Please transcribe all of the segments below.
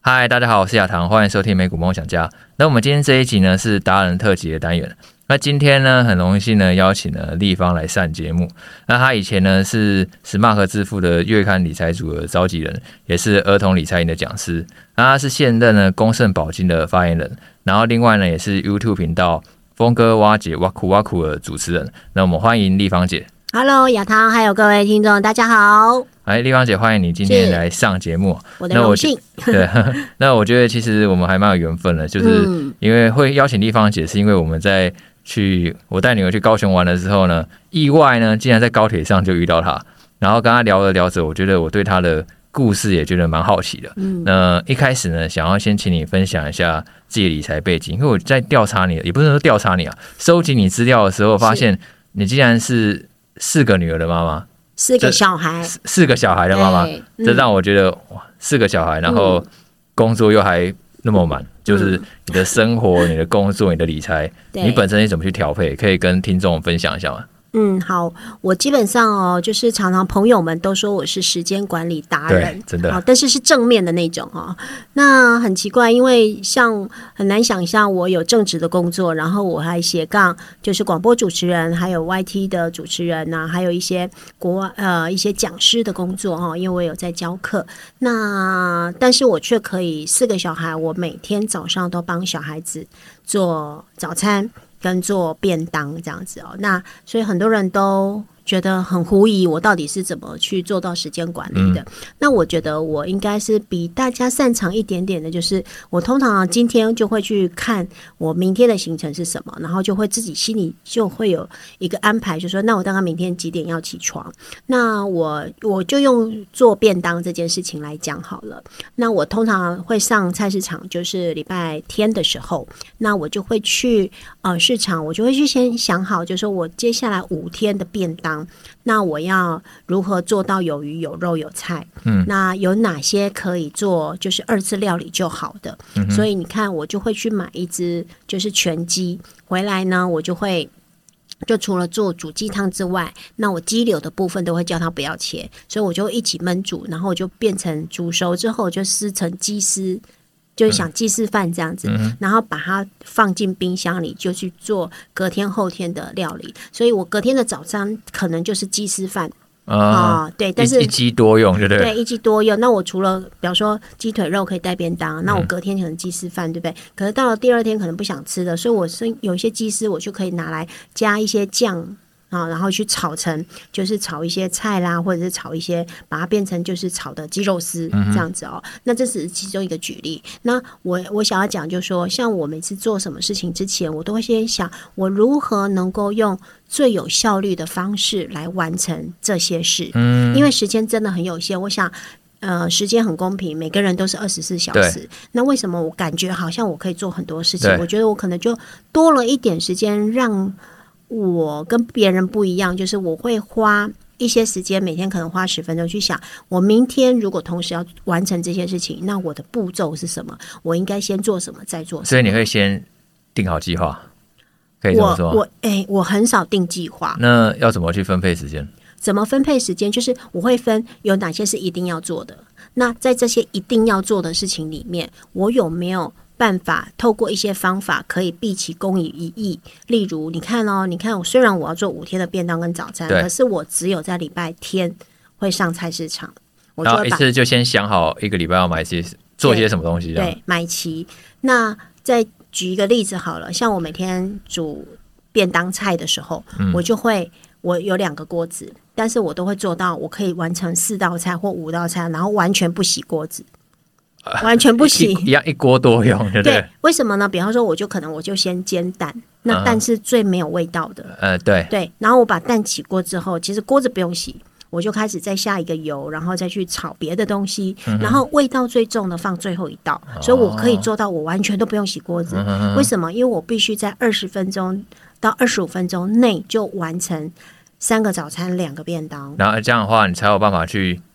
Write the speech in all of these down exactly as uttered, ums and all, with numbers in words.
嗨，大家好，我是亚堂，欢迎收听美股梦想家。那我们今天这一集呢是达人特辑的单元。那今天呢很荣幸呢邀请了立方来上节目。那他以前呢是 Smart 致富的月刊理财组的召集人，也是儿童理财营的讲师。那他是现任呢公盛保金的发言人，然后另外呢也是 YouTube 频道峰哥挖姐挖苦挖苦的主持人。那我们欢迎立方姐。 Hello， 亚堂，还有各位听众，大家好。 哎，立方姐，欢迎你今天来上节目， 我的荣幸。 对，那我觉得其实我们还蛮有缘分的，就是因为会邀请立方姐，是因为我们在去我带女儿去高雄玩的时候呢，意外呢竟然在高铁上就遇到她，然后跟她聊着聊着，我觉得我对她的故事也觉得蛮好奇的。嗯，那一开始呢，想要先请你分享一下自己的理财背景，因为我在调查你，也不是说调查你啊，收集你资料的时候，发现你竟然是四个女儿的妈妈。 四个小孩， 四个小孩的妈妈，嗯、这让我觉得哇，四个小孩，然后工作又还那么满，嗯、就是你的生活、你的工作、你的理财，你本身你怎么去调配？可以跟听众分享一下吗？ 嗯，好，我基本上哦，就是常常朋友们都说我是时间管理达人， 真的， 但是是正面的那种哦。那很奇怪，因为像很难想象我有正职的工作，然后我还斜杠就是广播主持人，还有 Y T 的主持人呐、啊，还有一些国外呃一些讲师的工作哈，因为我有在教课。那但是我却可以四个小孩，我每天早上都帮小孩子做早餐。跟做便当这样子哦，那所以很多人都觉得很狐疑，我到底是怎么去做到时间管理的？嗯、那我觉得我应该是比大家擅长一点点的，就是我通常今天就会去看我明天的行程是什么，然后就会自己心里就会有一个安排，就说那我大概明天几点要起床？那我我就用做便当这件事情来讲好了。那我通常会上菜市场，就是礼拜天的时候，那我就会去呃市场，我就会去先想好，就是说我接下来五天的便当。那我要如何做到有鱼有肉有菜？嗯，那有哪些可以做就是二次料理就好的？嗯、所以你看，我就会去买一只就是全鸡回来呢，我就会就除了做煮鸡汤之外，那我鸡柳的部分都会叫他不要切，所以我就一起焖煮，然后我就变成煮熟之后就撕成鸡丝。就是想鸡丝饭这样子，嗯、然后把它放进冰箱里，就去做隔天后天的料理。所以我隔天的早餐可能就是鸡丝饭啊、哦，对，但是一鸡多用，对不对？ 对，一鸡多用。那我除了比方说鸡腿肉可以带便当，那我隔天可能鸡丝饭，对不对？可是到了第二天可能不想吃的，所以我是有一些鸡丝，我就可以拿来加一些酱。啊，然后去炒成就是炒一些菜啦，或者是炒一些把它变成就是炒的鸡肉丝这样子哦。嗯、那这只是其中一个举例。那我我想要讲就是说，像我每次做什么事情之前，我都会先想我如何能够用最有效率的方式来完成这些事。嗯，因为时间真的很有限，我想。呃，时间很公平，每个人都是二十四小时。那为什么我感觉好像我可以做很多事情？我觉得我可能就多了一点时间让。我跟别人不一样，就是我会花一些时间，每天可能花十分钟去想，我明天如果同时要完成这些事情，那我的步骤是什么？我应该先做什么，再做什么？ 所以你会先定好计划，可以这么说吗？ 我我哎、欸，我很少定计划。 那要怎么去分配时间？ 怎么分配时间？就是我会分有哪些是一定要做的。那在这些一定要做的事情里面，我有没有？办法透过一些方法可以毕其功于一役，例如你看哦，你看虽然我要做五天的便当跟早餐，可是我只有在礼拜天会上菜市场，我就会把然后一次就先想好一个礼拜要买些做些什么东西， 对，买齐。那再举一个例子好了，像我每天煮便当菜的时候，嗯、我就会我有两个锅子，但是我都会做到我可以完成四道菜或五道菜，然后完全不洗锅子。完全不洗， 一样一锅多用，对不对？ 对，为什么呢？比方说，我就可能我就先煎蛋，那蛋是最没有味道的。 呃，对对。然后我把蛋起锅之后，其实锅子不用洗，我就开始再下一个油，然后再去炒别的东西，嗯、然后味道最重的放最后一道，哦、所以我可以做到我完全都不用洗锅子。嗯、为什么？因为我必须在二十分钟到二十五分钟内就完成三个早餐、两个便当。 然后这样的话，你才有办法去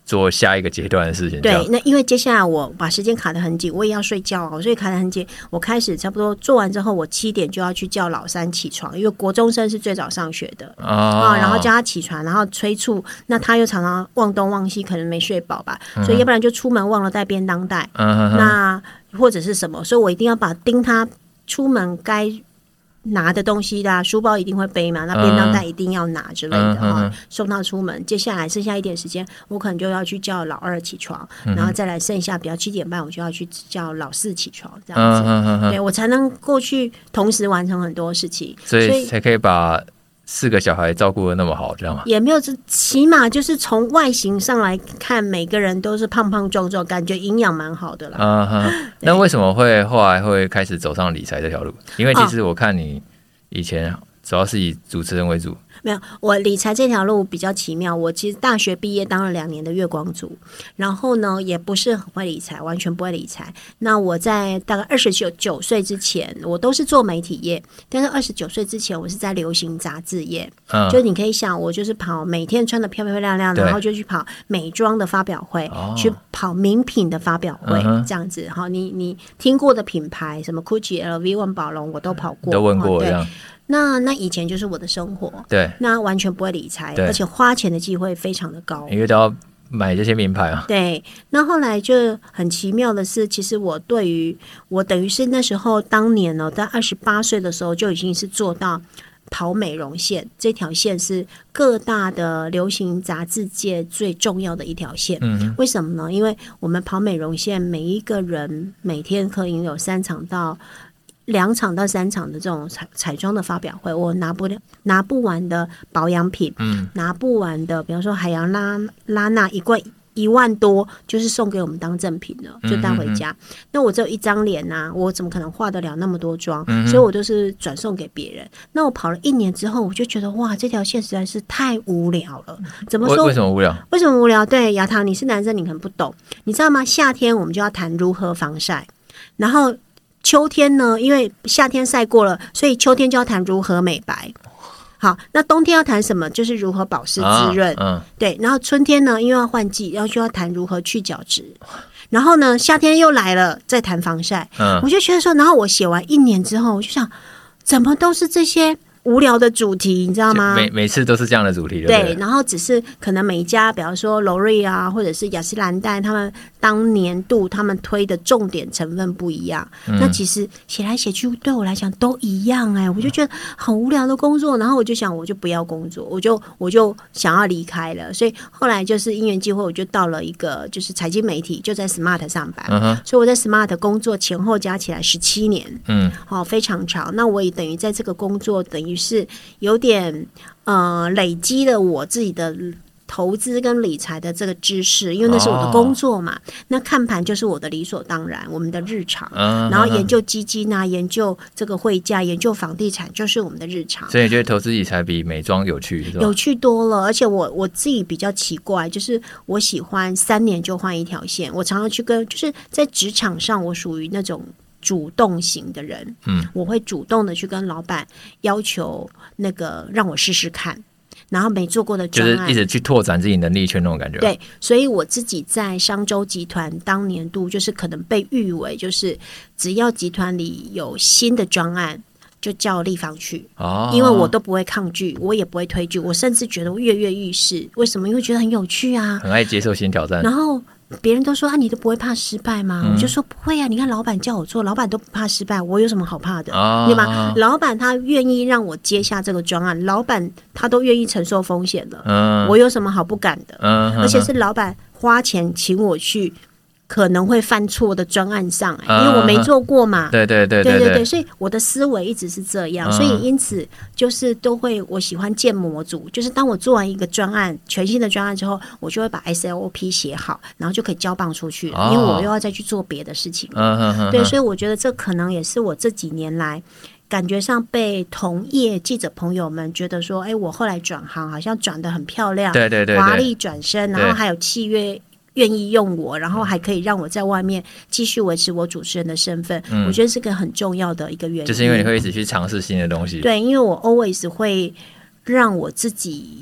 做下一个阶段的事情。 对，那因为接下来我把时间卡得很紧，我也要睡觉哦，所以卡得很紧。我开始差不多做完之后，我七点就要去叫老三起床，因为国中生是最早上学的啊、哦，然后叫他起床，然后催促，那他又常常忘东忘西，可能没睡饱吧，所以要不然就出门忘了带便当袋，嗯、那或者是什么，所以我一定要把盯他出门该拿的东西啦，书包一定会背嘛，那便当袋一定要拿之类的哈、嗯哦，送他出门。接下来剩下一点时间，我可能就要去叫老二起床，嗯、然后再来剩下比较七点半，我就要去叫老四起床，这样子，嗯嗯嗯、对我才能过去同时完成很多事情， 所以才可以把四个小孩照顾得那么好，这样吗？ 也没有，起码就是从外形上来看，每个人都是胖胖壮壮，感觉营养蛮好的啦。 嗯，那为什么会后来会开始走上理财这条路？因为其实我看你以前主要是以主持人为主。 没有，我理财这条路比较奇妙。我其实大学毕业当了两年的月光族，然后呢，也不是很会理财，完全不会理财。那我在大概二十九九岁之前，我都是做媒体业，但是二十九岁之前，我是在流行杂志业。嗯，就你可以想，我就是跑每天穿的漂漂亮亮，然后就去跑美妆的发表会，哦、去跑名品的发表会，嗯、这样子。好，你你听过的品牌，什么 Gucci、L V、万宝龙，我都跑过， 都问过这样。 那那以前就是我的生活， 对， 那完全不会理财，而且花钱的机会非常的高， 因为都要买这些名牌啊。 对，那后来就很奇妙的是，其实我对于我等于是那时候当年呢，在二十八岁的时候就已经是做到跑美容线，这条线是各大的流行杂志界最重要的一条线。嗯，为什么呢？因为我们跑美容线，每一个人每天可以有三场到两场到三场的这种彩彩妆的发表会，我拿不了拿不完的保养品，嗯，拿不完的，比方说海洋拉拉娜一罐一万多，就是送给我们当赠品了，就带回家。嗯嗯嗯，那我只有一张脸呐，我怎么可能化得了那么多妆？嗯嗯，所以我都是转送给别人。那我跑了一年之后，我就觉得哇，这条线实在是太无聊了。怎么说？ 为什么无聊？ 为什么无聊？对，亚堂，你是男生，你可能不懂，你知道吗？夏天我们就要谈如何防晒，然后秋天呢，因为夏天晒过了，所以秋天就要谈如何美白。好，那冬天要谈什么？就是如何保湿滋润。啊嗯、对，然后春天呢，因为要换季，然后就要谈如何去角质。然后呢，夏天又来了，再谈防晒。嗯、我就觉得说，然后我写完一年之后，我就想，怎么都是这些无聊的主题，你知道吗？ 每每次都是这样的主题， 对, 对， 然后只是可能每一家，比方说罗瑞啊，或者是雅诗兰黛，他们当年度他们推的重点成分不一样。嗯、那其实写来写去对我来讲都一样哎、欸，我就觉得很无聊的工作，然后我就想我就不要工作，我就我就想要离开了。所以后来就是因缘际会，我就到了一个就是财经媒体，就在 Smart 上班。嗯、所以我在 Smart 工作前后加起来十七年，嗯，哦，非常长。那我也等于在这个工作等于是有点呃累积了我自己的投资跟理财的这个知识，因为那是我的工作嘛。哦、那看盘就是我的理所当然，我们的日常。嗯、然后研究基金啊，研究这个汇价，研究房地产，就是我们的日常。 所以你觉得投资理财比美妆有趣，是吧？ 有趣多了，而且我我自己比较奇怪，就是我喜欢三年就换一条线。我常常去跟，就是在职场上，我属于那种主动型的人，嗯，我会主动的去跟老板要求那个让我试试看，然后没做过的专案， 就是一直去拓展自己能力圈那种感觉。 对，所以我自己在商周集团当年度就是可能被誉为，就是只要集团里有新的专案，就叫立方去，哦，因为我都不会抗拒，我也不会推拒，我甚至觉得我跃跃欲试。为什么？因为觉得很有趣啊， 很爱接受新挑战。 然后别人都说啊，你都不会怕失败吗？嗯、我就说不会啊，你看老板叫我做，老板都不怕失败，我有什么好怕的？哦、对吗？老板他愿意让我接下这个专案，老板他都愿意承受风险了，嗯、我有什么好不敢的？嗯、而且是老板花钱请我去可能会犯错的专案上、欸嗯、因为我没做过嘛。 对对对对, 对, 对, 对, 对所以我的思维一直是这样、嗯、所以因此就是都会我喜欢建模组，就是当我做完一个专案全新的专案之后，我就会把 S L O P 写好，然后就可以交棒出去了、哦、因为我又要再去做别的事情、嗯嗯嗯、对，所以我觉得这可能也是我这几年来感觉上被同业记者朋友们觉得说，哎，我后来转行好像转得很漂亮， 对对 对, 对， 华丽转身，然后还有契约愿意用我，然后还可以让我在外面继续维持我主持人的身份、嗯、我觉得是个很重要的一个原因， 就是因为你会一直去尝试新的东西。 对，因为我 always 会让我自己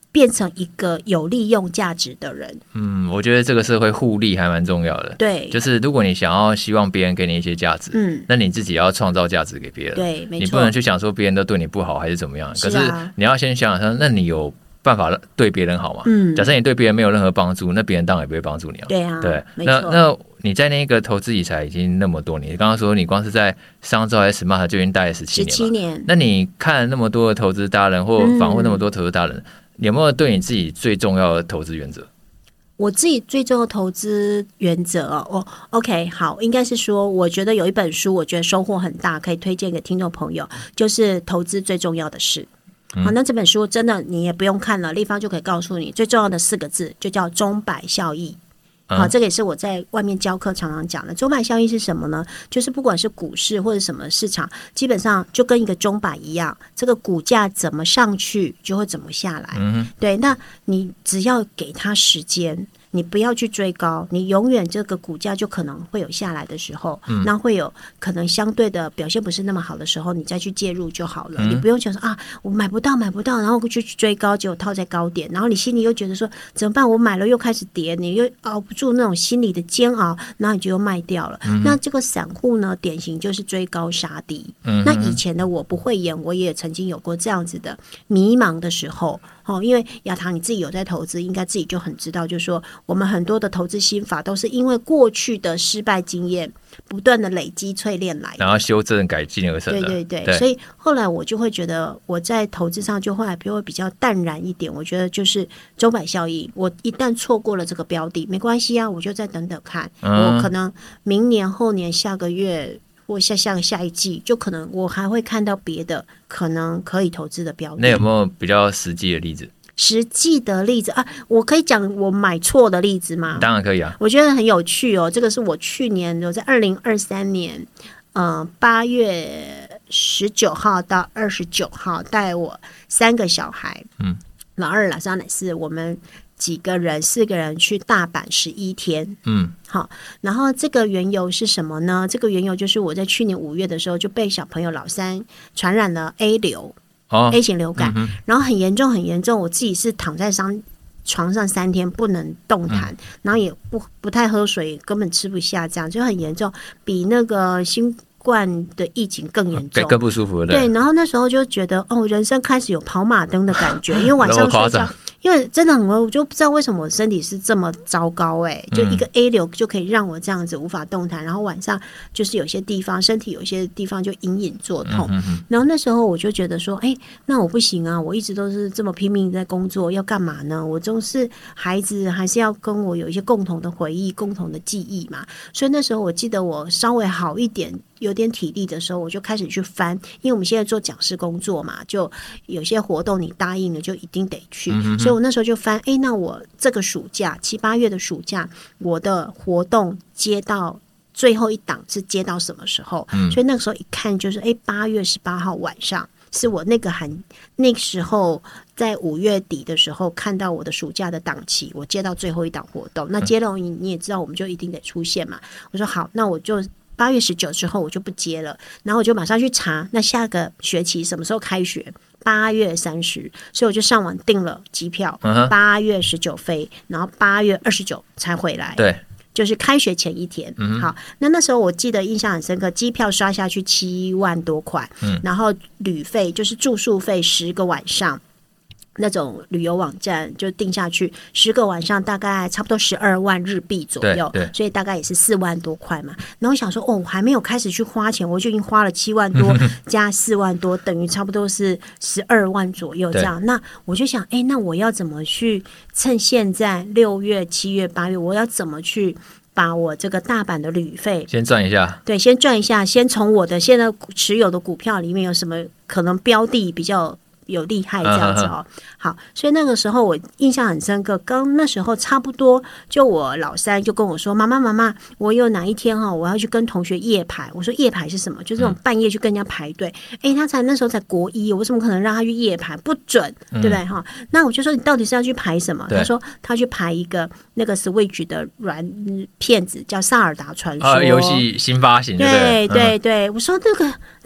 变成一个有利用价值的人。 嗯，我觉得这个社会互利还蛮重要的。 对， 就是如果你想要希望别人给你一些价值，嗯，那你自己要创造价值给别人。 对，没错， 你不能去想说别人都对你不好还是怎么样。 是啊、 可是你要先想想说，那你有办法对别人好吗？嗯，假设你对别人没有任何帮助，那别人当然也不会帮助你啊。 对啊， 对，那那你在那个投资理财已经那么多年，你刚刚说你光是在商周还是 Smart 就已经待了十七年嘛，十七年。那你看了那么多的投资达人，或访问那么多投资达人，嗯、有没有对你自己最重要的投资原则？ 我自己最重要的投资原则哦 ，OK， 好，应该是说，我觉得有一本书，我觉得收获很大，可以推荐给听众朋友，就是投资最重要的事。好，那这本书真的你也不用看了，立方就可以告诉你最重要的四个字，就叫钟摆效益。好，这个也是我在外面教课常常讲的。钟摆效应是什么呢？就是不管是股市或者什么市场，基本上就跟一个钟摆一样，这个股价怎么上去就会怎么下来。嗯、对，那你只要给它时间，你不要去追高，你永远这个股价就可能会有下来的时候，嗯、那会有可能相对的表现不是那么好的时候，你再去介入就好了。嗯、你不用想说啊，我买不到买不到，然后就去追高，结果套在高点，然后你心里又觉得说怎么办？我买了又开始跌，你又熬不住那种心理的煎熬，然后你就又卖掉了。嗯、那这个散户呢，典型就是追高杀低。嗯、那以前的我不会演，我也曾经有过这样子的迷茫的时候。哦，因为亚堂你自己有在投资，应该自己就很知道，就是说我们很多的投资心法都是因为过去的失败经验不断的累积淬炼来的， 然后修正改进而成的。 对对 对, 对，所以后来我就会觉得我在投资上就后来就会比较淡然一点。我觉得就是钟摆效应，我一旦错过了这个标的没关系啊，我就再等等看，嗯、我可能明年后年下个月或下下个下一季，就可能我还会看到别的可能可以投资的标的。 那有没有比较实际的例子？ 实际的例子啊，我可以讲我买错的例子吗？ 当然可以啊， 我觉得很有趣哦。这个是我去年我在二零二三年，呃，八月十九号到二十九号带我三个小孩，嗯，老二、老三、老四，我们几个人，四个人去大阪十一天，嗯，好。然后这个缘由是什么呢？这个缘由就是我在去年五月的时候就被小朋友老三传染了 A 流。哦、A 型流感、嗯，然后很严重，很严重。我自己是躺在上床上三天不能动弹，嗯、然后也不不太喝水，根本吃不下，这样就很严重，比那个新冠的疫情更严重， 更不舒服的。 对，然后那时候就觉得哦，人生开始有跑马灯的感觉，因为晚上睡觉。因为真的很，我就不知道为什么我身体是这么糟糕哎、欸，就一个 A 流就可以让我这样子无法动弹，然后晚上就是有些地方身体有些地方就隐隐作痛，然后那时候我就觉得说，哎、欸，那我不行啊，我一直都是这么拼命在工作，要干嘛呢？我总是孩子还是要跟我有一些共同的回忆、共同的记忆嘛，所以那时候我记得我稍微好一点。有点体力的时候，我就开始去翻，因为我们现在做讲师工作嘛，就有些活动你答应了就一定得去，嗯、所以我那时候就翻，哎，那我这个暑假七八月的暑假，我的活动接到最后一档是接到什么时候？嗯、所以那个时候一看就是，哎，八月十八号晚上是我那个寒那个时候在五月底的时候看到我的暑假的档期，我接到最后一档活动，那接了你你也知道，我们就一定得出现嘛。我说好，那我就。八月十九之后我就不接了，然后我就马上去查，那下个学期什么时候开学？八月三十，所以我就上网订了机票，八月十九飞，然后八月二十九才回来。 对， 就是开学前一天。嗯、好，那那时候我记得印象很深刻，机票刷下去七万多块，嗯、然后旅费就是住宿费十个晚上。那种旅游网站就定下去，十个晚上大概差不多十二万日币左右，所以大概也是四万多块嘛。然后我想说，哦，我还没有开始去花钱，我就已经花了七万多加四万多，等于差不多是十二万左右这样。那我就想，哎，那我要怎么去趁现在六月、七月、八月，我要怎么去？把我这个大阪的旅费先赚一下， 对，先赚一下，先从我的现在持有的股票里面有什么可能标的比较。有厉害这样子哦，好，所以那个时候我印象很深刻。刚那时候差不多，就我老三就跟我说：“妈妈，妈妈，我有哪一天哈、哦，我要去跟同学夜排。”我说：“夜排是什么？就是这种半夜去跟人家排队。嗯”哎，他才那时候才国一，我怎么可能让他去夜排？不准，对不对哈？嗯、那我就说：“你到底是要去排什么？”他说：“他去排一个那个 Switch 的软片子，叫《萨尔达传说》 啊，游戏新发行。” 对对对，嗯、我说那个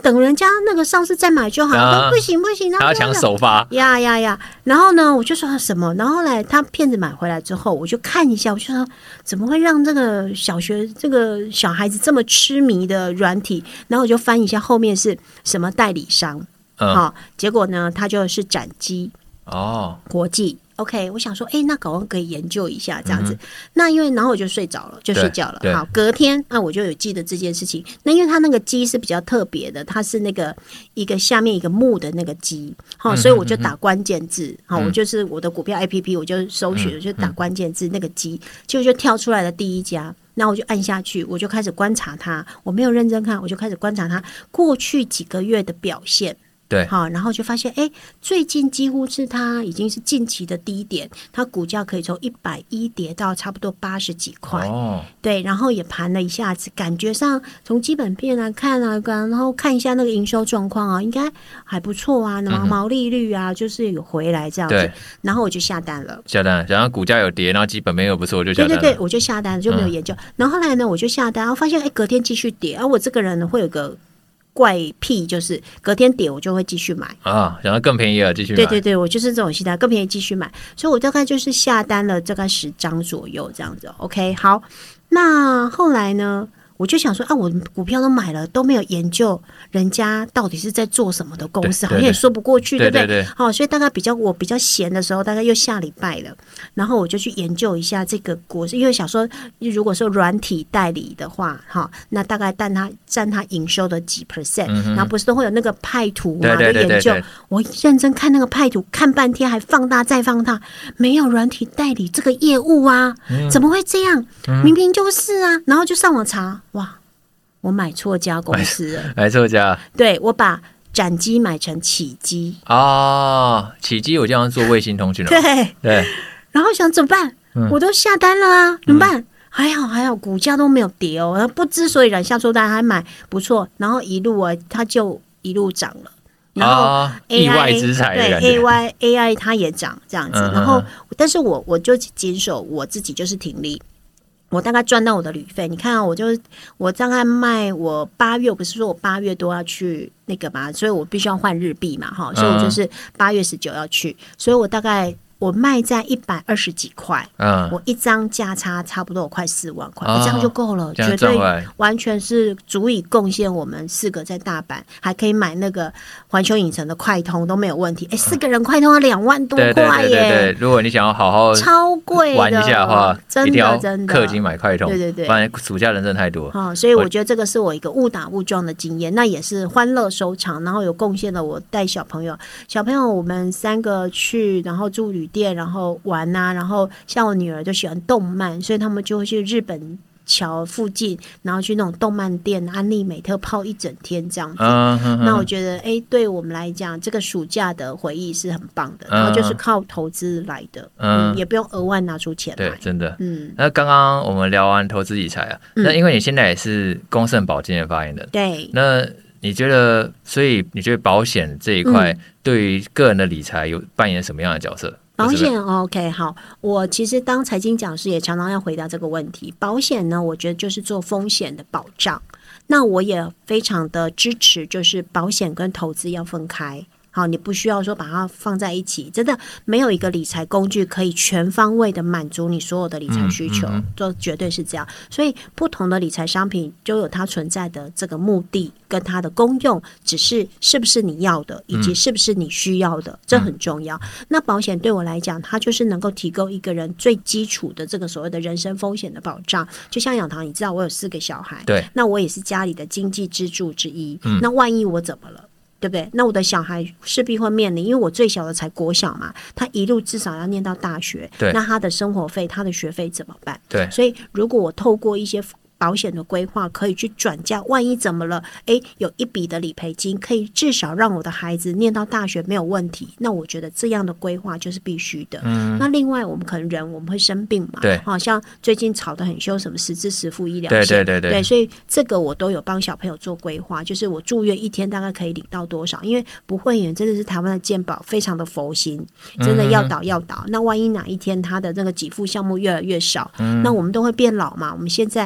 等人家那个上市再买就好。啊、不行不行， 他要抢首发呀呀呀！然后呢，我就说什么？然后后来他片子买回来之后，我就看一下，我就说怎么会让这个小学这个小孩子这么痴迷的软体？然后我就翻一下后面是什么代理商，嗯，好，结果呢，他就是展机哦，国际。OK， 我想说，哎、欸，那搞完可以研究一下这样子。嗯、那因为然后我就睡着了，就睡觉了。好，隔天啊，我就有记得这件事情。那因为它那个机是比较特别的，它是那个一个下面一个木的那个机，好、嗯，所以我就打关键字，好、嗯，我就是我的股票 A P P， 我就搜寻，我就打关键字那个机，结果就跳出来了第一家。那我就按下去，我就开始观察它，我没有认真看，我就开始观察它过去几个月的表现。 对， 好，然后就发现，哎，最近几乎是它已经是近期的低点，它股价可以从一百一跌到差不多八十几块，哦，对，然后也盘了一下子，感觉上从基本面来看啊，然后看一下那个营收状况啊，应该还不错啊，然后毛利率啊，嗯、就是有回来这样子，然后我就下单了， 下单，然后股价有跌，然后基本面又不错，我就下单了， 对对对，我就下单了，就没有研究，嗯、然后后来呢，我就下单，然后发现，哎，隔天继续跌，而、啊、我这个人呢会有个怪癖，就是隔天跌我就会继续买啊，然后更便宜了继续买。 对对对，我就是这种心态，更便宜继续买，所以我大概就是下单了大概十张左右这样子。OK， 好，那后来呢？我就想说啊，我股票都买了，都没有研究人家到底是在做什么的公司，好像也说不过去，对不对？对好、哦，所以大概比较我比较闲的时候，大概又下礼拜了，然后我就去研究一下这个股，因为想说，如果说软体代理的话，哈、哦，那大概占它占它营收的几 percent，、嗯、然后不是都会有那个派图嘛，对对对对对就研究。我认真看那个派图，看半天还放大再放大，没有软体代理这个业务啊，嗯、怎么会这样？嗯、明明就是啊，然后就上网查。哇！我买错家公司了， 买错家。 对，我把展机买成启基哦，启基我这样做卫星通讯了。 对对，然后想怎么办？嗯、我都下单了啊，怎么办？嗯、还好还好，股价都没有跌哦，不知所以然，下错单还买不错，然后一路啊，它就一路涨了。然后 A I、哦、 意外之财的感觉， 对 A I A I 它也涨这样子，嗯、然后但是我我就坚守我自己就是停利。我大概赚到我的旅费，你看啊，我就我大概卖我八月，我不是说我八月都要去那个嘛，所以我必须要换日币嘛，哈，所以我就是八月十九要去，所以我大概我卖在一百二十几块，嗯，我一张价差差不多有快四万块，哦、这样就够了，绝对完全是足以贡献我们四个在大阪还可以买那个环球影城的快通都没有问题。哎，四个人快通要两万多块耶！对对对对对，如果你想要好好超贵玩一下的话， 真的真的氪金买快通，对对对，不然暑假人真的太多。 哦，所以我觉得这个是我一个误打误撞的经验，那也是欢乐收场，然后有贡献了我带小朋友，小朋友我们三个去，然后住旅店，然后玩啊，然后像我女儿就喜欢动漫，所以他们就会去日本桥附近，然后去那种动漫店安利美特泡一整天这样子。嗯嗯嗯、那我觉得，哎，对我们来讲，这个暑假的回忆是很棒的。然后就是靠投资来的，嗯，嗯也不用额外拿出钱来。 对，真的。嗯，那刚刚我们聊完投资理财啊，嗯、那因为你现在也是公盛保金的发言人， 对， 那你觉得，所以你觉得保险这一块对于个人的理财有扮演什么样的角色？ 保险 OK 好，我其实当财经讲师也常常要回答这个问题。保险呢，我觉得就是做风险的保障。那我也非常的支持，就是保险跟投资要分开。好，你不需要说把它放在一起，真的没有一个理财工具可以全方位的满足你所有的理财需求，这、嗯嗯、绝对是这样。所以不同的理财商品就有它存在的这个目的跟它的功用，只是是不是你要的，以及是不是你需要的，嗯、这很重要。那保险对我来讲，它就是能够提供一个人最基础的这个所谓的人身风险的保障。就像仰棠，你知道我有四个小孩， 对， 那我也是家里的经济支柱之一。嗯、那万一我怎么了？对不对？那我的小孩势必会面临，因为我最小的才国小嘛，他一路至少要念到大学，那他的生活费、他的学费怎么办？ 对， 所以如果我透过一些保险的规划，可以去转嫁，万一怎么了，诶，有一笔的理赔金，可以至少让我的孩子念到大学没有问题。那我觉得这样的规划就是必须的。嗯，那另外我们可能人我们会生病嘛， 对， 好、哦、像最近吵得很凶，什么实支实付医疗险，对对对 对, 对，所以这个我都有帮小朋友做规划，就是我住院一天大概可以领到多少，因为不会员真的是台湾的健保非常的佛心，真的要倒要倒。嗯、那万一哪一天他的那个给付项目越来越少，嗯、那我们都会变老嘛。我们现在二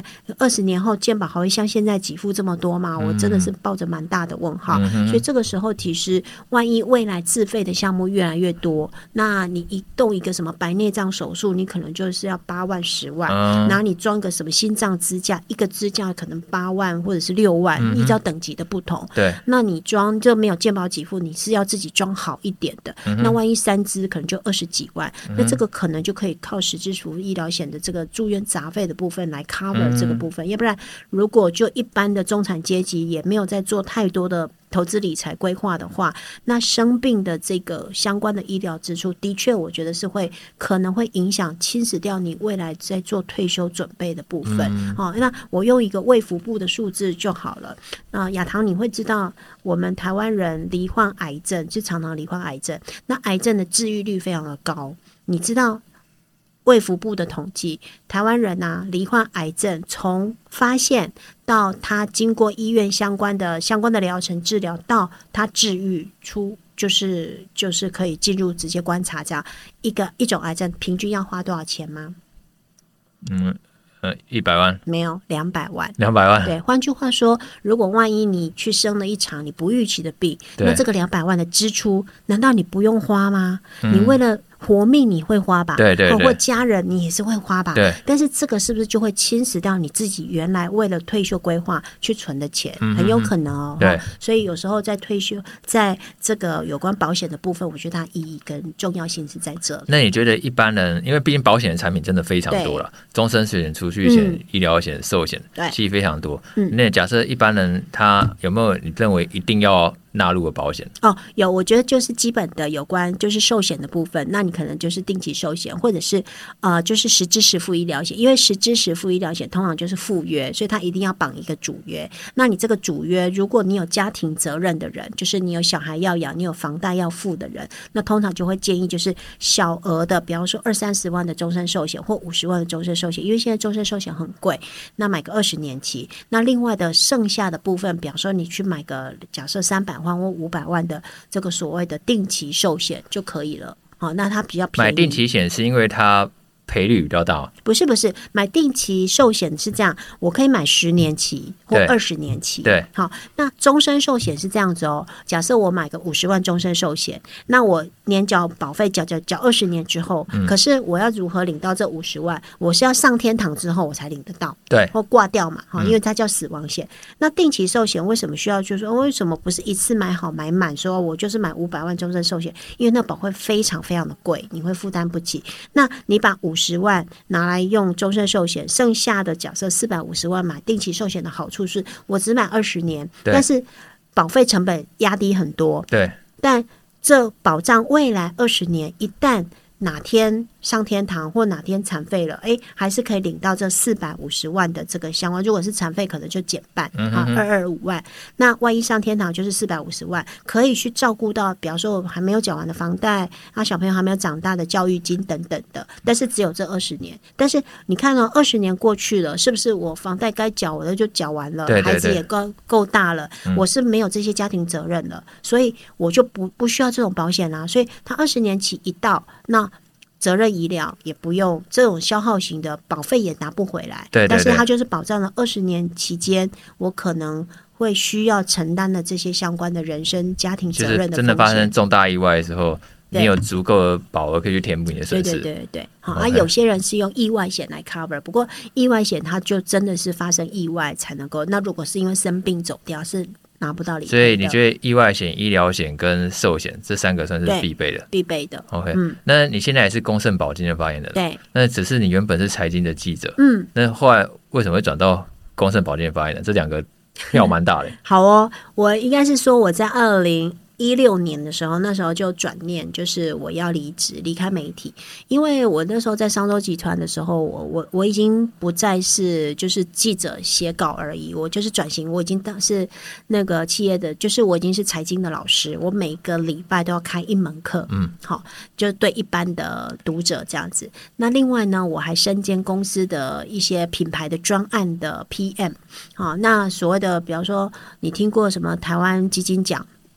二十年后健保还会像现在给付这么多吗？我真的是抱着蛮大的问号、嗯、所以这个时候其实万一未来自费的项目越来越多，那你一动一个什么白内障手术，你可能就是要八万十万、嗯、然后你装个什么心脏支架，一个支架可能八万或者是六万、嗯、依照等级的不同， 对， 那你装就没有健保给付，你是要自己装好一点的、嗯、那万一三支可能就二十几万、嗯、那这个可能就可以靠实支实付医疗险的这个住院杂费的部分来 cover 这个部分、嗯、要不然如果就一般的中产阶级也没有在做太多的投资理财规划的话，那生病的这个相关的医疗支出的确我觉得是会可能会影响侵蚀掉你未来在做退休准备的部分、嗯哦、那我用一个卫福部的数字就好了。呃、亚堂你会知道我们台湾人罹患癌症是常常罹患癌症，那癌症的治愈率非常的高，你知道卫福部的统计，台湾人啊罹患癌症从发现到他经过医院相关的相关的疗程治疗到他治愈出就是就是可以进入直接观察，这样一个一种癌症平均要花多少钱吗？ 嗯呃，一百万没有，两百万， 两百万。 对，换句话说，如果万一你去生了一场你不预期的病，那这个两百万的支出，难道你不用花吗？嗯、你为了活命你会花吧， 对对对， 或家人你也是会花吧， 对。 但是这个是不是就会侵蚀掉你自己原来为了退休规划去存的钱？嗯、很有可能哦。 对， 所以有时候在退休，在这个有关保险的部分，我觉得它意义跟重要性是在这里。 那你觉得一般人，因为毕竟保险的产品真的非常多了，终身险、储蓄险、嗯、医疗险、寿险，其实非常多。嗯、那假设一般人他有没有你认为一定要纳入的保险？ 哦，有，我觉得就是基本的有关就是寿险的部分，那你可能就是定期寿险，或者是呃就是实支实付医疗险，因为实支实付医疗险通常就是附约，所以它一定要绑一个主约。那你这个主约，如果你有家庭责任的人，就是你有小孩要养，你有房贷要付的人，那通常就会建议就是小额的，比方说二三十万的终身寿险或五十万的终身寿险，因为现在终身寿险很贵，那买个二十年期。那另外的剩下的部分，比方说你去买个假设三百万或五百万的这个所谓的定期寿险就可以了。哦，那它比较便宜。 买定期险是因为它赔率比较大？ 不是不是，买定期寿险是这样，我可以买十年期或二十年期。 对， 好，那终身寿险是这样子哦。假设我买个五十万终身寿险，那我年缴保费缴缴缴二十年之后、嗯，可是我要如何领到这五十万？我是要上天堂之后我才领得到， 对， 或挂掉嘛，哈、嗯，因为它叫死亡险。那定期寿险为什么需要？就是说为什么不是一次买好买满？说我就是买五百万终身寿险，因为那保费非常非常的贵，你会负担不起。那你把五十万拿来用终身寿险，剩下的假设四百五十万买定期寿险的好处是我只买二十年，但是保费成本压低很多， 对， 但这保障未来二十年一旦哪天上天堂或哪天残废了，哎，还是可以领到这四百五十万的这个相关。如果是残废，可能就减半，嗯、啊，二二五万。那万一上天堂就是四百五十万，可以去照顾到，比方说我还没有缴完的房贷，啊，小朋友还没有长大的教育金等等的。但是只有这二十年。但是你看哦，二十年过去了，是不是我房贷该缴我的就缴完了？ 对对对， 孩子也够够大了、嗯，我是没有这些家庭责任了，所以我就不不需要这种保险啦、啊。所以他二十年期一到，那责任医疗也不用，这种消耗型的保费也拿不回来， 对对对， 但是它就是保障了二十年期间我可能会需要承担的这些相关的人生家庭责任的风险， 就是真的发生重大意外的时候，你有足够的保额可以去填补你的损失。 对对对对，好、okay. 啊，有些人是用意外险来 cover， 不过意外险它就真的是发生意外才能够，那如果是因为生病走掉是拿不到理赔的。 所以你觉得意外险、医疗险跟寿险这三个算是必备的？ 必备的。 OK，、嗯、那你现在也是公盛保金的发言人， 对， 那只是你原本是财经的记者， 嗯， 那后来为什么会转到公盛保金的发言人？这两个票蛮大的。 好哦，我应该是说我在二零一六年的时候，那时候就转念，就是我要离职离开媒体，因为我那时候在商周集团的时候，我我我已经不再是就是记者写稿而已，我就是转型，我已经当是那个企业的，就是我已经是财经的老师，我每个礼拜都要开一门课，嗯，好，就对一般的读者这样子。那另外呢，我还身兼公司的一些品牌的专案的 P M， 好，那所谓的比方说你听过什么台湾基金奖？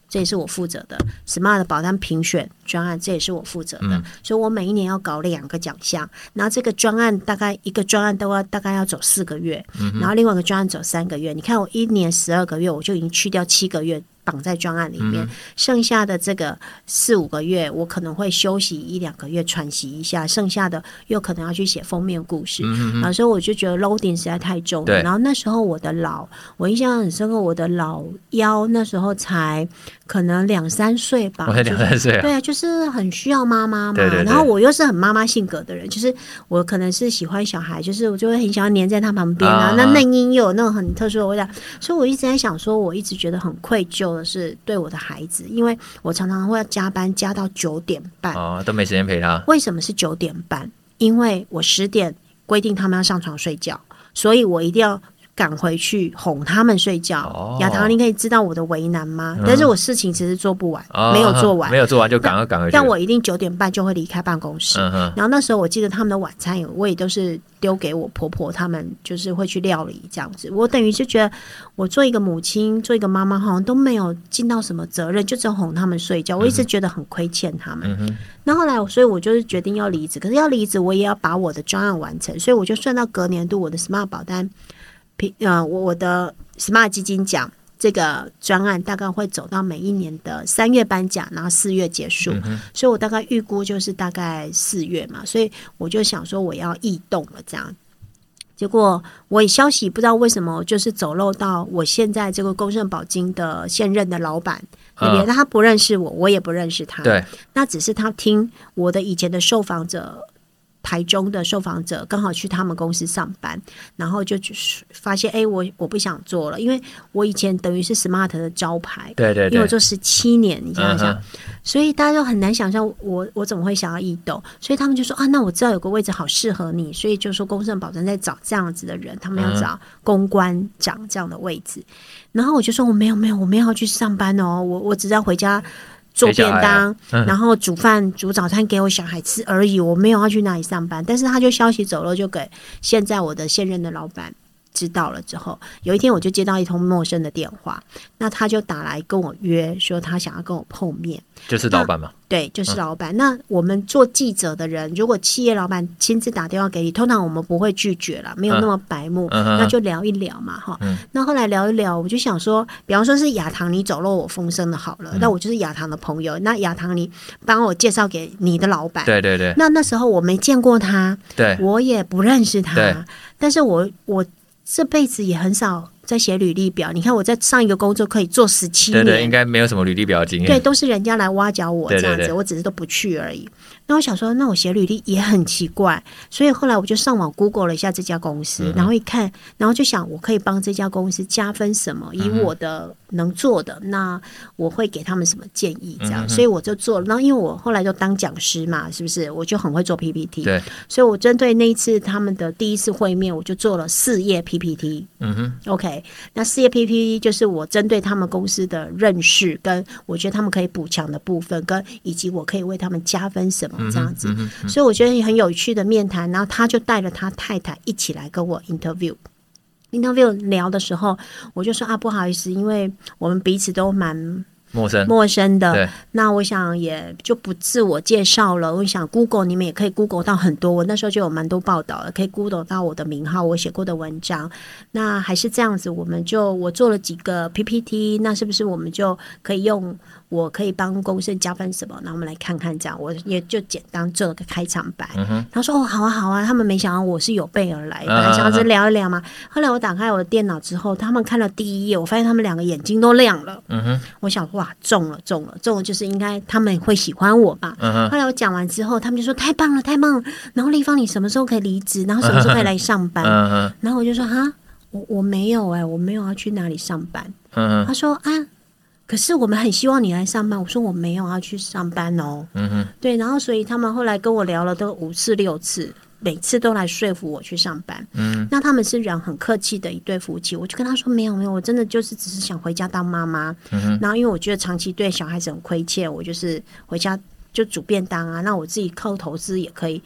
这也是我负责的 Smart 保单评选专案，这也是我负责的、嗯、所以我每一年要搞两个奖项，然后这个专案大概一个专案都要大概要走四个月、嗯、然后另外一个专案走三个月，你看我一年十二个月我就已经去掉七个月绑在专案里面、嗯、剩下的这个四五个月我可能会休息一两个月喘息一下，剩下的又可能要去写封面故事、嗯、然后所以我就觉得 loading 实在太重了。然后那时候我的老我印象很深刻，我的老幺那时候才可能两三岁吧， 我才两三岁、啊、 对啊，就是很需要妈妈嘛。 对对对， 然后我又是很妈妈性格的人，就是我可能是喜欢小孩，就是我就会很想要黏在他旁边啊，啊那嫩婴又有那种很特殊的味道，所以我一直在想说，我一直觉得很愧疚的是对我的孩子，因为我常常会加班加到九点半， 哦，都没时间陪他。 为什么是九点半？因为我十点规定他们要上床睡觉，所以我一定要赶回去哄他们睡觉。亚棠、哦，你可以知道我的为难吗？嗯、但是我事情其实做不完，哦、没有做完， 没有做完就赶快赶回去。 但我一定九点半就会离开办公室、嗯。然后那时候我记得他们的晚餐，我也都是丢给我婆婆，他们就是会去料理这样子。我等于就觉得，我做一个母亲，做一个妈妈，好像都没有尽到什么责任，就只有哄他们睡觉。我一直觉得很亏欠他们。嗯、那后来，所以我就是决定要离职。可是要离职，我也要把我的专案完成，所以我就算到隔年度我的 Smart 保单。呃，我我的 Smart 基金奖这个专案大概会走到每一年的三月颁奖，然后四月结束、嗯，所以我大概预估就是大概四月嘛，所以我就想说我要异动了这样。结果我消息不知道为什么就是走漏到我现在这个公盛保金的现任的老板那边、嗯，他不认识我，我也不认识他， 对， 那只是他听我的以前的受访者。台中的受访者刚好去他们公司上班，然后就发现哎、欸，我我不想做了，因为我以前等于是 Smart 的招牌， 对对对， 因为我做十七年，你想想、嗯，所以大家就很难想象我我怎么会想要异动，所以他们就说啊，那我知道有个位置好适合你，所以就说公盛保证在找这样子的人，他们要找公关长这样的位置，嗯、然后我就说我没有没有，我没有要去上班哦，我我只要回家。做便当、嗯、然后煮饭煮早餐给我小孩吃而已，我没有要去哪里上班。但是他就消息走了，就给现在我的现任的老板知道了之后，有一天我就接到一通陌生的电话，那他就打来跟我约说他想要跟我碰面， 就是老板嘛， 对，就是老板、嗯、那我们做记者的人，如果企业老板亲自打电话给你，通常我们不会拒绝啦，没有那么白目、嗯、那就聊一聊嘛、嗯、那后来聊一聊，我就想说比方说是亚棠你走漏我风声的好了、嗯、那我就是亚棠的朋友，那亚棠你帮我介绍给你的老板， 对对对， 那那时候我没见过他，对，我也不认识他，但是我我这辈子也很少在写履历表，你看我在上一个工作可以做十七年， 对对，应该没有什么履历表的经验， 对，都是人家来挖角我这样子， 对对对， 我只是都不去而已。那我想说，那我写履历也很奇怪，所以后来我就上网 Google 了一下这家公司、嗯，然后一看，然后就想我可以帮这家公司加分什么，以我的能做的，嗯、那我会给他们什么建议这样，嗯、所以我就做了。然后因为我后来就当讲师嘛，是不是？我就很会做 P P T， 对，所以我针对那一次他们的第一次会面，我就做了四页 P P T。嗯哼 ，OK， 那四页 P P T 就是我针对他们公司的认识，跟我觉得他们可以补强的部分，跟以及我可以为他们加分什么。这样子、嗯嗯嗯，所以我觉得很有趣的面谈，然后他就带了他太太一起来跟我 interview。interview 聊的时候，我就说啊，不好意思，因为我们彼此都蛮陌生陌生的，那我想也就不自我介绍了。我想 Google 你们也可以 Google 到很多，我那时候就有蛮多报道了，可以 Google 到我的名号，我写过的文章。那还是这样子，我们就我做了几个 P P T， 那是不是我们就可以用？我可以帮公司加分什么？那我们来看看，这样我也就简单做了个开场白。嗯、他说：“哦，好啊，好啊。”他们没想到我是有备而来，本来想要只聊一聊嘛。啊、后来我打开我的电脑之后，他们看了第一页，我发现他们两个眼睛都亮了。嗯哼，我想哇，中了，中了，中了，就是应该他们会喜欢我吧。嗯哼，后来我讲完之后，他们就说：“太棒了，太棒了。”然后丽芳，你什么时候可以离职？然后什么时候可以来上班？嗯哼，然后我就说：“哈，我我没有哎、欸，我没有要去哪里上班。”嗯哼，他说：“啊。”可是我们很希望你来上班，我说我没有要去上班哦。嗯哼，对，然后所以他们后来跟我聊了都五次六次，每次都来说服我去上班。嗯，那他们是人很客气的一对夫妻，我就跟他说没有没有，我真的就是只是想回家当妈妈。嗯哼，然后因为我觉得长期对小孩子很亏欠，我就是回家就煮便当啊，那我自己靠投资也可以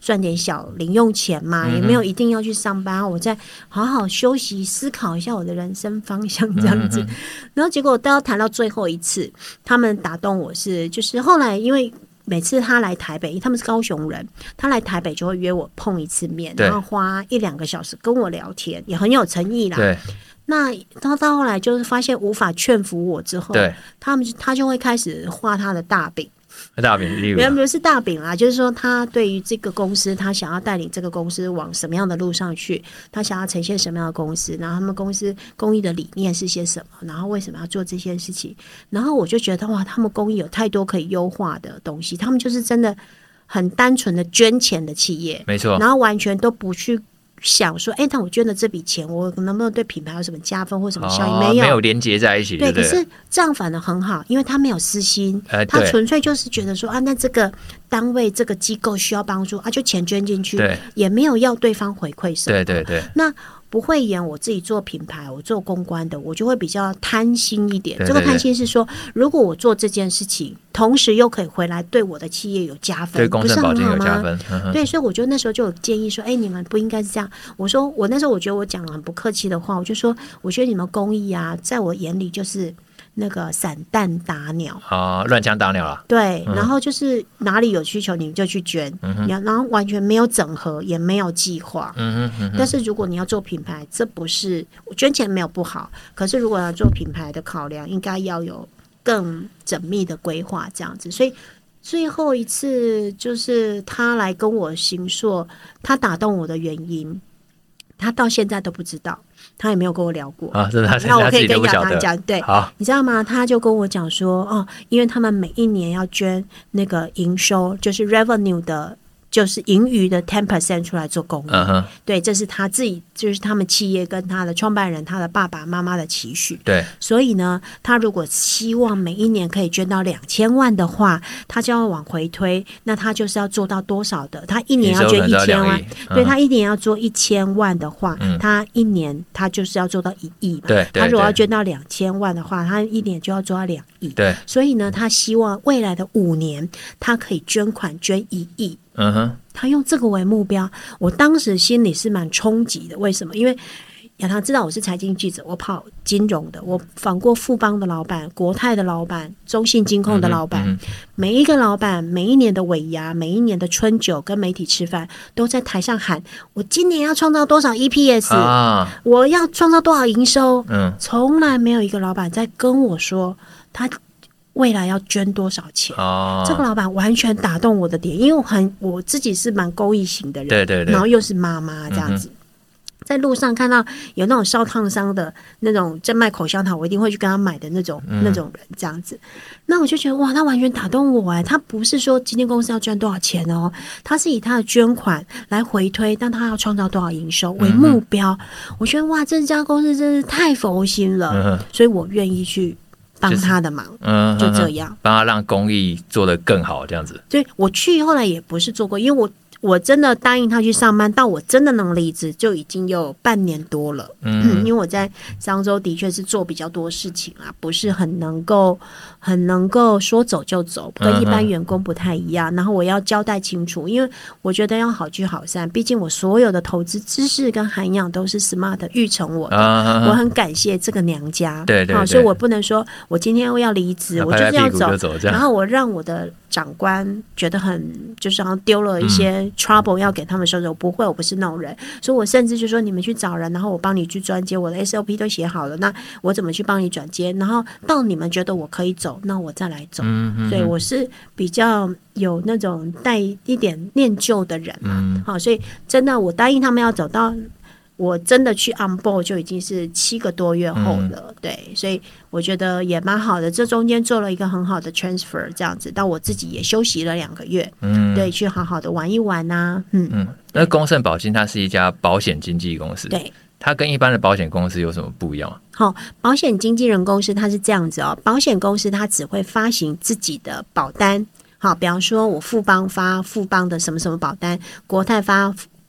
赚点小零用钱嘛，嗯、也没有一定要去上班，我再好好休息思考一下我的人生方向这样子。嗯、然后结果都要谈到最后一次，他们打动我是就是后来因为。每次他来台北，他们是高雄人，他来台北就会约我碰一次面，然后花一两个小时跟我聊天，也很有诚意啦。 对， 那他到后来就是发现无法劝服我之后，对，他们他就会开始画他的大饼。 大饼， 原不是大饼啦，就是说他对于这个公司，他想要带领这个公司往什么样的路上去，他想要呈现什么样的公司，然后他们公司公益的理念是些什么，然后为什么要做这些事情，然后我就觉得哇，他们公益有太多可以优化的东西，他们就是真的很单纯的捐钱的企业， 没错， 然后完全都不去想说，哎、欸，那我捐的这笔钱，我能不能对品牌有什么加分或什么效应？ 哦、 没有， 没有连接在一起。 对， 对， 可是这样反而很好，因为他没有私心， 呃、 他纯粹就是觉得说啊，那这个单位、这个机构需要帮助啊，就钱捐进去，也没有要对方回馈什么。 对对对， 那。不会演我自己做品牌，我做公关的，我就会比较贪心一点。 对对对， 这个贪心是说，如果我做这件事情，同时又可以回来对我的企业有加分， 对公正保金有加分。 嗯、对，所以我就那时候就有建议说，哎，你们不应该是这样。我说我那时候我觉得我讲了很不客气的话，我就说，我觉得你们公益啊，在我眼里就是那个散弹打鸟啊，乱枪打鸟了。 对、嗯，然后就是哪里有需求你就去捐，嗯、然后完全没有整合，也没有计划。嗯嗯、但是如果你要做品牌，这不是捐钱没有不好，可是如果要做品牌的考量，应该要有更缜密的规划，这样子。所以最后一次就是他来跟我行说，他打动我的原因，他到现在都不知道。他也没有跟我聊过啊，真的， 那我可以跟亚堂讲，对， 好， 你知道吗？他就跟我讲说，哦，因为他们每一年要捐那个营收，就是 revenue 的，就是盈余的 百分之十 出来做公益，uh-huh. 对，这是他自己，就是他们企业跟他的创办人，他的爸爸妈妈的期许， 对，所以呢，他如果希望每一年可以捐到两千万的话，他就要往回推，那他就是要做到多少的？他一年要捐一千万，对，他一年要做一千万的话，嗯、他一年他就是要做到一亿嘛， 对， 他如果要捐到两千万的话，他一年就要做到两亿， 对， 所以呢，他希望未来的五年，他可以捐款捐一亿。嗯哼，他用这个为目标，我当时心里是蛮冲击的。为什么？因为亚堂知道我是财经记者，我跑金融的，我访过富邦的老板、国泰的老板、中信金控的老板、嗯嗯，每一个老板每一年的尾牙、每一年的春酒跟媒体吃饭，都在台上喊：我今年要创造多少 E P S，、啊、我要创造多少营收。嗯，从来没有一个老板在跟我说他未来要捐多少钱、哦、这个老板完全打动我的点，因为我很我自己是蛮公益型的人， 对对对， 然后又是妈妈这样子、嗯，在路上看到有那种烧烫伤的那种在卖口香糖，我一定会去跟他买的那种、嗯、那种人这样子。那我就觉得哇，他完全打动我哎！他不是说今天公司要赚多少钱哦，他是以他的捐款来回推，但他要创造多少营收为目标。嗯、我觉得哇，这家公司真是太佛心了，嗯、所以我愿意去帮他的忙，就是嗯、就这样帮他让公益做得更好，这样子。 对，我去后来也不是做过，因为我我真的答应他去上班，到我真的能离职就已经有半年多了。嗯，因为我在商周的确是做比较多事情啦，不是很能够很能够说走就走，跟一般员工不太一样。然后我要交代清楚，因为我觉得要好聚好散，毕竟我所有的投资知识跟涵养都是 Smart 育成我的，我很感谢这个娘家。 对对对、哦， 所以我不能说我今天要离职，我就是要走， 走然后我让我的长官觉得很就是好像丢了一些 trouble 要给他们收拾，我不会，我不是那种人，所以我甚至就说你们去找人，然后我帮你去转接，我的 S O P 都写好了，那我怎么去帮你转接，然后到你们觉得我可以走，那我再来走。嗯嗯嗯，所以我是比较有那种带一点念旧的人嘛，嗯、好，所以真的我答应他们要走到。我真的去 on board 就已经是七个多月后了、嗯，对，所以我觉得也蛮好的。这中间做了一个很好的 transfer， 这样子，到我自己也休息了两个月，嗯，对，去好好的玩一玩啊，嗯嗯。 那公盛保金它是一家保险经纪公司， 对， 它跟一般的保险公司有什么不一样吗？ 好、哦，保险经纪人公司它是这样子哦，保险公司它只会发行自己的保单，好，比方说我富邦发富邦的什么什么保单，国泰发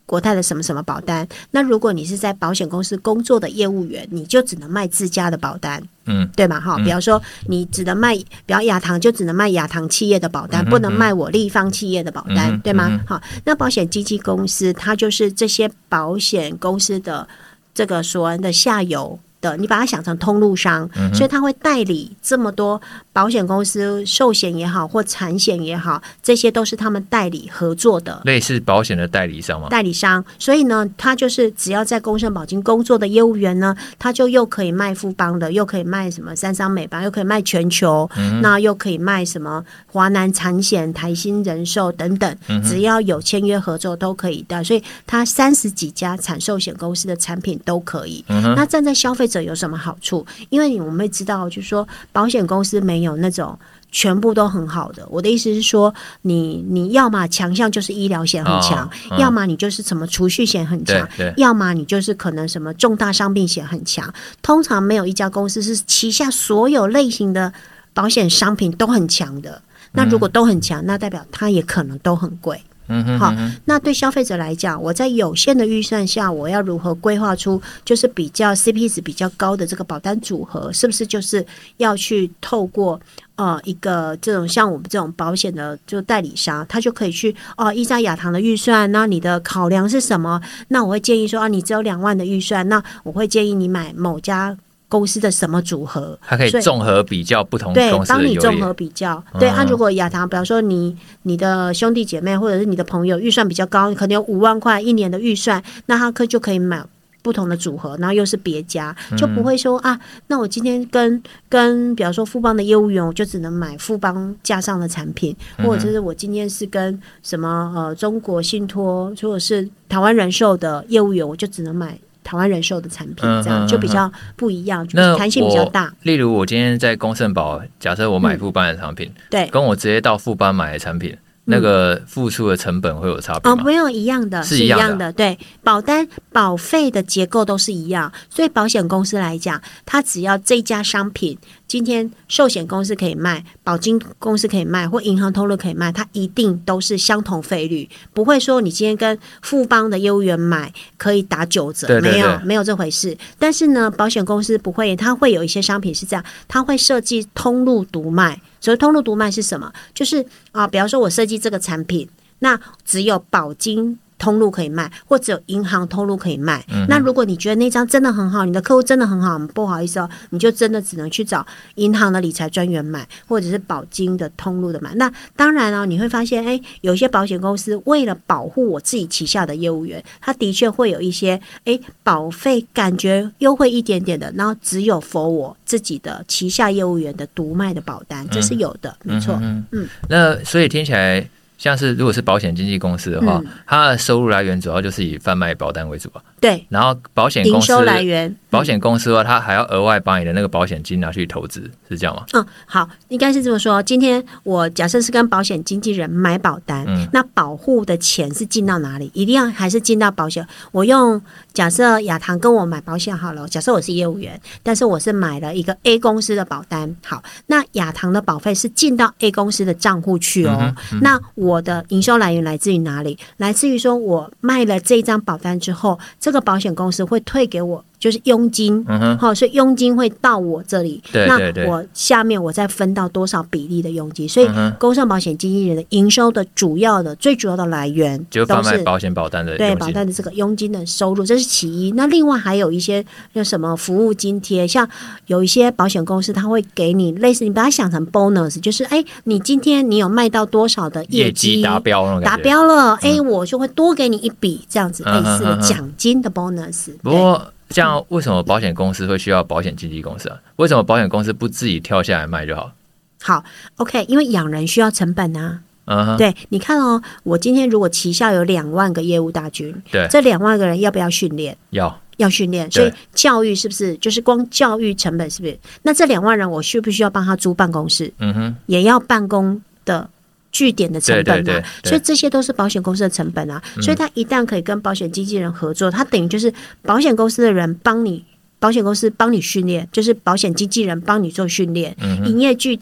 国泰的什么什么保单。那如果你是在保险公司工作的业务员，你就只能卖自家的保单，嗯，对吧？哈、嗯，比方说你只能卖，比方亚堂就只能卖亚堂企业的保单，嗯、不能卖我立方企业的保单，嗯、对吗？好、嗯，那保险经纪公司它就是这些保险公司的这个所谓的下游。的，你把它想成通路商，嗯、所以他会代理这么多保险公司，寿险也好或产险也好，这些都是他们代理合作的， 类似保险的代理商吗？ 代理商，所以呢，他就是只要在公盛保金工作的业务员呢，他就又可以卖富邦的，又可以卖什么三商美邦，又可以卖全球，嗯、那又可以卖什么华南产险、台新人寿等等，嗯、只要有签约合作都可以的，所以他三十几家产寿险公司的产品都可以。嗯、那站在消费者有什么好处？因为我们会知道，就是说保险公司没有那种全部都很好的。我的意思是说，你你要么强项就是医疗险很强，哦嗯、要么你就是什么储蓄险很强，要么你就是可能什么重大伤病险很强。通常没有一家公司是旗下所有类型的保险商品都很强的。那如果都很强，那代表它也可能都很贵。嗯哼，好，那对消费者来讲，我在有限的预算下，我要如何规划出就是比较 C P 值比较高的这个保单组合？是不是就是要去透过呃一个这种像我们这种保险的就代理商，他就可以去哦，依照亚堂的预算，那你的考量是什么？那我会建议说啊，你只有两万的预算，那我会建议你买某家公司的什么组合， 它可以综合比较不同公司的优劣， 对，帮你综合比较。嗯、对，啊，如果亚堂，比方说你你的兄弟姐妹或者是你的朋友预算比较高，可能有五万块一年的预算，那他可就可以买不同的组合，然后又是别家，就不会说、嗯、啊，那我今天跟跟比方说富邦的业务员，我就只能买富邦架上的产品，或者是我今天是跟什么呃中国信托或者是台湾人寿的业务员，我就只能买台湾人寿的产品，这样就比较不一样，就是弹性比较大。 例如我今天在公盛保，假设我买富邦的产品，嗯、对，跟我直接到富邦买的产品，嗯、那个付出的成本会有差别吗？ 哦，没有，一样的， 是一样的， 是一样的。对，保单保费的结构都是一样，所以保险公司来讲，它只要这家商品。今天寿险公司可以卖，保金公司可以卖，或银行通路可以卖，它一定都是相同费率，不会说你今天跟富邦的业务员买可以打九折，对对对，没有没有这回事。但是呢，保险公司不会，它会有一些商品是这样，它会设计通路独卖。所谓通路独卖是什么？就是啊，比方说我设计这个产品，那只有保金通路可以卖，或者有银行通路可以卖、嗯、那如果你觉得那张真的很好，你的客户真的很好，不好意思哦，你就真的只能去找银行的理财专员买，或者是保金的通路的买。那当然哦，你会发现哎，有些保险公司为了保护我自己旗下的业务员，他的确会有一些哎保费感觉优惠一点点的，然后只有 for 我自己的旗下业务员的独卖的保单，这是有的、嗯、没错。 嗯, 嗯那所以听起来像是如果是保险经纪公司的话、嗯、它的收入来源主要就是以贩卖保单为主吧？ 对。 然后保险公司营收来源， 保险公司的话，它还要额外把你的那个保险金拿去投资，是这样吗？ 嗯，好，应该是这么说。今天我假设是跟保险经纪人买保单，嗯、那保护的钱是进到哪里？一定要还是进到保险？我用假设亚堂跟我买保险好了，假设我是业务员，但是我是买了一个 A 公司的保单，好，那亚堂的保费是进到 A 公司的账户去哦。嗯嗯、那我的营收来源来自于哪里？来自于说我卖了这张保单之后，这个保险公司会退给我就是佣金，嗯哼，所以佣金会到我这里， 对对对， 那我下面我再分到多少比例的佣金，所以工商保险经纪人的营收的主要的最主要的来源就贩卖保险保单的对保单的这个佣金的收入，这是其一。那另外还有一些有什么服务津贴，像有一些保险公司它会给你类似，你把它想成 bonus， 就是哎，你今天你有卖到多少的业绩， 业绩达标了， 达标了，哎、嗯，我就会多给你一笔这样子类似的奖金的 bonus。 不过这样为什么保险公司会需要保险经纪公司啊？为什么保险公司不自己跳下来卖就好？ 好 ，OK， 因为养人需要成本啊。 Uh-huh. 对，你看哦，我今天如果旗下有两万个业务大军， 对， 这两万个人要不要训练？ 要， 要训练。所以教育是不是就是光教育成本是不是？那这两万人我需不需要帮他租办公室？嗯哼，也要办公的据点的成本啊， 对对对对， 所以这些都是保险公司的成本啊。嗯、所以他一旦可以跟保险经纪人合作，他等于就是保险公司的人帮你，保险公司帮你训练，就是保险经纪人帮你做训练，营、嗯、业据点。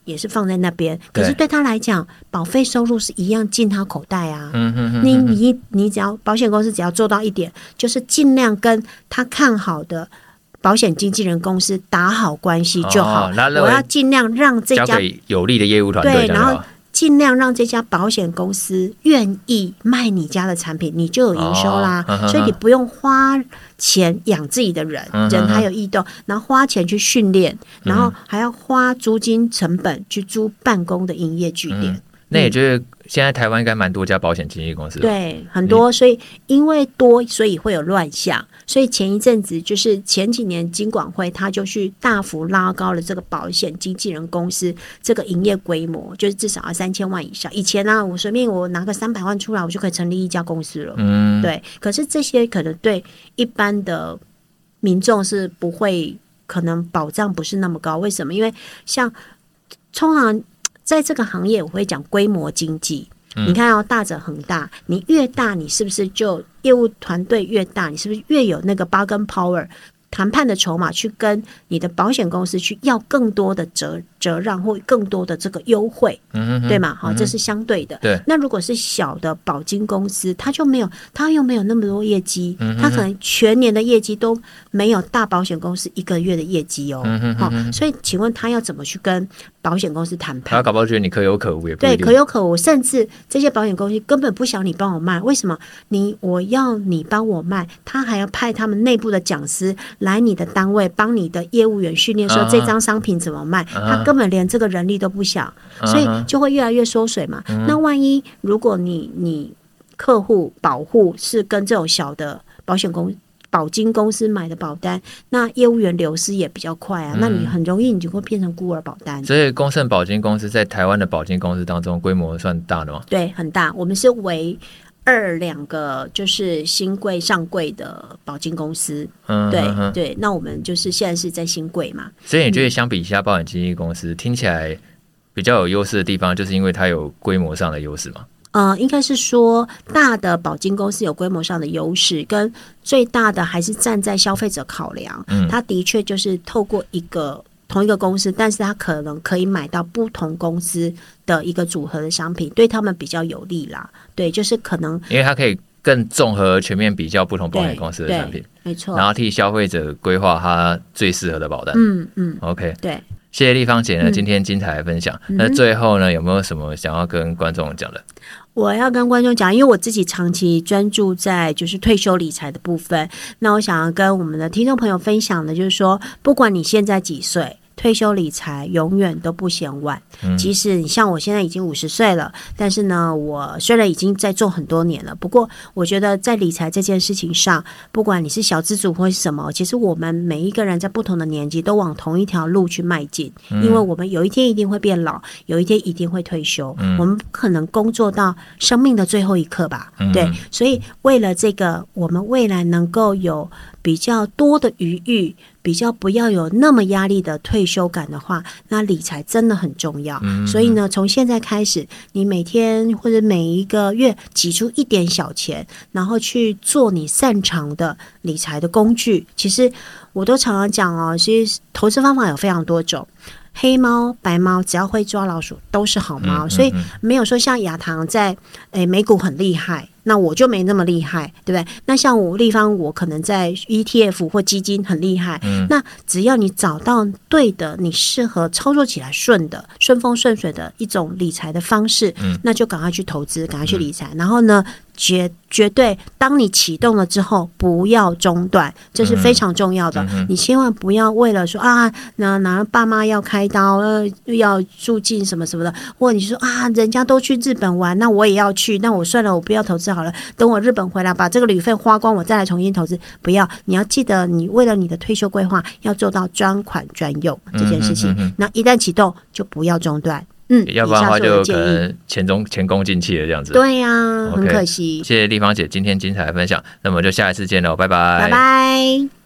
也是放在那边，可是对他来讲，保费收入是一样进他口袋啊。 嗯哼哼哼你你你只要保险公司只要做到一点，就是尽量跟他看好的保险经纪人公司打好关系就好。哦、我要尽量让这家交给有利的业务团队， 对，然后尽量让这家保险公司愿意卖你家的产品，你就有营收啦。哦、所以你不用花钱养自己的人，嗯、人还有异动，然后花钱去训练，然后还要花租金成本去租办公的营业据点。嗯、 那也就是现在台湾应该蛮多家保险经纪公司， 对，很多，所以因为多，所以会有乱象。所以前一阵子就是前几年金管会他就去大幅拉高了这个保险经纪人公司这个营业规模，就是至少要三千万以上。以前呢、啊，我随便我拿个三百万出来，我就可以成立一家公司了。嗯，对。可是这些可能对一般的民众是不会，可能保障不是那么高。为什么？因为像通常在这个行业，我会讲规模经济。你看哦，大者恒大，你越大，你是不是就业务团队越大？你是不是越有那个 bargain power 谈判的筹码，去跟你的保险公司去要更多的折折让或更多的这个优惠，嗯、对吗？好、嗯，这是相对的。对。那如果是小的保金公司，它就没有，它又没有那么多业绩，嗯、它可能全年的业绩都没有大保险公司一个月的业绩哦。嗯、好，所以请问他要怎么去跟保险公司谈判？ 他搞不好觉得你可有可无，也不一定。对，可有可无，甚至这些保险公司根本不想你帮我卖。为什么？你我要你帮我卖，他还要派他们内部的讲师来你的单位，帮你的业务员训练说这张商品怎么卖，啊、他根本连这个人力都不想，啊、所以就会越来越缩水嘛。啊、那万一如果你你客户保护是跟这种小的保险公司保金公司买的保单，那业务员流失也比较快啊，嗯、那你很容易你就会变成孤儿保单。 所以公盛保金公司在台湾的保金公司当中规模算大的吗？ 对，很大。我们是为二两个就是新贵上柜的保金公司，嗯，对、嗯、对。那我们就是现在是在新贵嘛。 所以你觉得相比其他保险经纪公司，嗯、听起来比较有优势的地方，就是因为它有规模上的优势吗？ 呃，应该是说大的保金公司有规模上的优势，跟最大的还是站在消费者考量，嗯，它的确就是透过一个同一个公司，但是它可能可以买到不同公司的一个组合的商品，对他们比较有利啦。对，就是可能因为它可以更综合全面比较不同保险公司的产品， 没错， 然后替消费者规划他最适合的保单。 嗯嗯 ，OK， 对。 谢谢立芳姐呢，今天精彩的分享。嗯、那最后呢，有没有什么想要跟观众讲的？ 我要跟观众讲，因为我自己长期专注在就是退休理财的部分，那我想要跟我们的听众朋友分享的就是说，不管你现在几岁，退休理财永远都不嫌晚。嗯、即使你像我现在已经五十岁了，但是呢，我虽然已经在做很多年了，不过我觉得在理财这件事情上，不管你是小资主或是什么，其实我们每一个人在不同的年纪都往同一条路去迈进，嗯、因为我们有一天一定会变老，有一天一定会退休，嗯、我们不可能工作到生命的最后一刻吧？嗯、对，所以为了这个，我们未来能够有比较多的余裕，比较不要有那么压力的退休感的话，那理财真的很重要。嗯、所以呢，从现在开始，你每天或者每一个月挤出一点小钱，然后去做你擅长的理财的工具。其实我都常常讲哦，其实投资方法有非常多种。黑猫白猫只要会抓老鼠都是好猫，嗯嗯嗯，所以没有说像亚堂在诶美股很厉害，那我就没那么厉害，对不对？那像我立方，我可能在 E T F 或基金很厉害，嗯、那只要你找到对的，你适合操作起来顺的、顺风顺水的一种理财的方式，嗯、那就赶快去投资，赶快去理财，嗯、然后呢，绝绝对当你启动了之后，不要中断，这是非常重要的。嗯、你千万不要为了说啊，那那爸妈要开刀，呃，要住进什么什么的，或者你说啊，人家都去日本玩，那我也要去，那我算了，我不要投资好了，等我日本回来把这个旅费花光，我再来重新投资。不要，你要记得，你为了你的退休规划，要做到专款专用这件事情。嗯、哼哼哼那一旦启动，就不要中断。嗯， 要不然的话就可能前中前功尽弃了这样子。 对呀、啊， okay, 很可惜。 谢谢立芳姐今天精彩的分享，那么就下一次见喽，拜拜， 拜拜。